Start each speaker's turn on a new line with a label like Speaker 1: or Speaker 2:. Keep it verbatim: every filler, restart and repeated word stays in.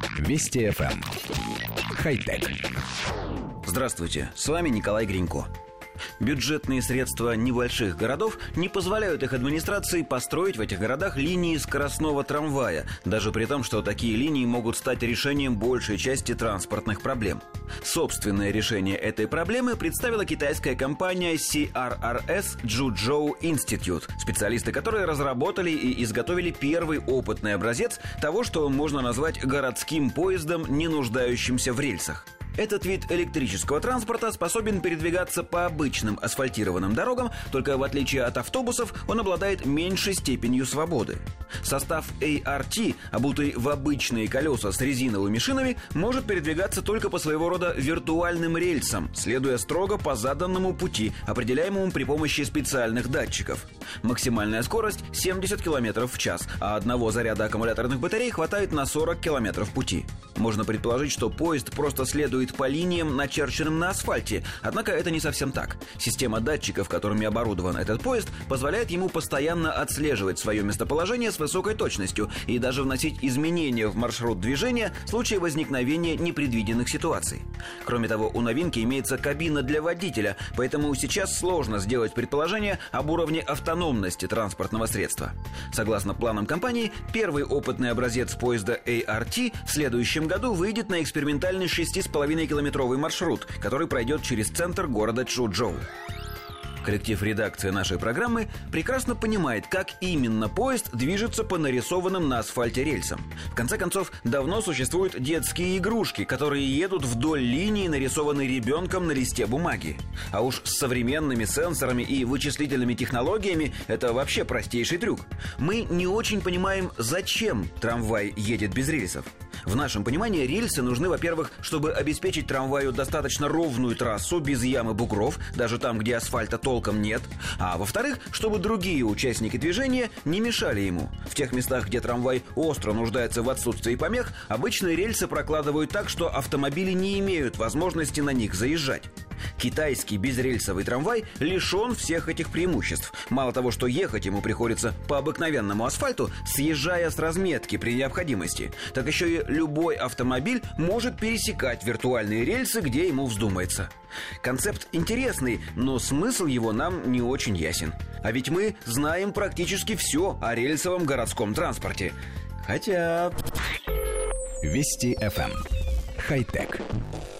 Speaker 1: Вести эф эм. Хай-тек.
Speaker 2: Здравствуйте, с вами Николай Гринько. Бюджетные средства небольших городов не позволяют их администрации построить в этих городах линии скоростного трамвая, даже при том, что такие линии могут стать решением большей части транспортных проблем. Собственное решение этой проблемы представила китайская компания си ар ар эс Чжучжоу Institute, специалисты которой разработали и изготовили первый опытный образец того, что можно назвать городским поездом, не нуждающимся в рельсах. Этот вид электрического транспорта способен передвигаться по обычным асфальтированным дорогам, только в отличие от автобусов он обладает меньшей степенью свободы. Состав эй ар ти, обутый в обычные колеса с резиновыми шинами, может передвигаться только по своего рода виртуальным рельсам, следуя строго по заданному пути, определяемому при помощи специальных датчиков. Максимальная скорость семьдесят километров в час, а одного заряда аккумуляторных батарей хватает на сорок километров пути. Можно предположить, что поезд просто следует по линиям, начерченным на асфальте, однако это не совсем так. Система датчиков, которыми оборудован этот поезд, позволяет ему постоянно отслеживать свое местоположение с высокой точностью и даже вносить изменения в маршрут движения в случае возникновения непредвиденных ситуаций. Кроме того, у новинки имеется кабина для водителя, поэтому сейчас сложно сделать предположение об уровне автономности транспортного средства. Согласно планам компании, первый опытный образец поезда эй ар ти в следующем году выйдет на экспериментальный шесть с половиной километровый маршрут, который пройдет через центр города Чжучжоу. Коллектив редакции нашей программы прекрасно понимает, как именно поезд движется по нарисованным на асфальте рельсам. В конце концов, давно существуют детские игрушки, которые едут вдоль линии, нарисованной ребенком на листе бумаги. А уж с современными сенсорами и вычислительными технологиями это вообще простейший трюк. Мы не очень понимаем, зачем трамвай едет без рельсов. В нашем понимании рельсы нужны, во-первых, чтобы обеспечить трамваю достаточно ровную трассу без ям и бугров, даже там, где асфальта толком нет. А во-вторых, чтобы другие участники движения не мешали ему. В тех местах, где трамвай остро нуждается в отсутствии помех, обычные рельсы прокладывают так, что автомобили не имеют возможности на них заезжать. Китайский безрельсовый трамвай лишен всех этих преимуществ. Мало того, что ехать ему приходится по обыкновенному асфальту, съезжая с разметки при необходимости, так еще и любой автомобиль может пересекать виртуальные рельсы, где ему вздумается. Концепт интересный, но смысл его нам не очень ясен. А ведь мы знаем практически все о рельсовом городском транспорте. Хотя...
Speaker 1: Вести эф эм. Хай-тек.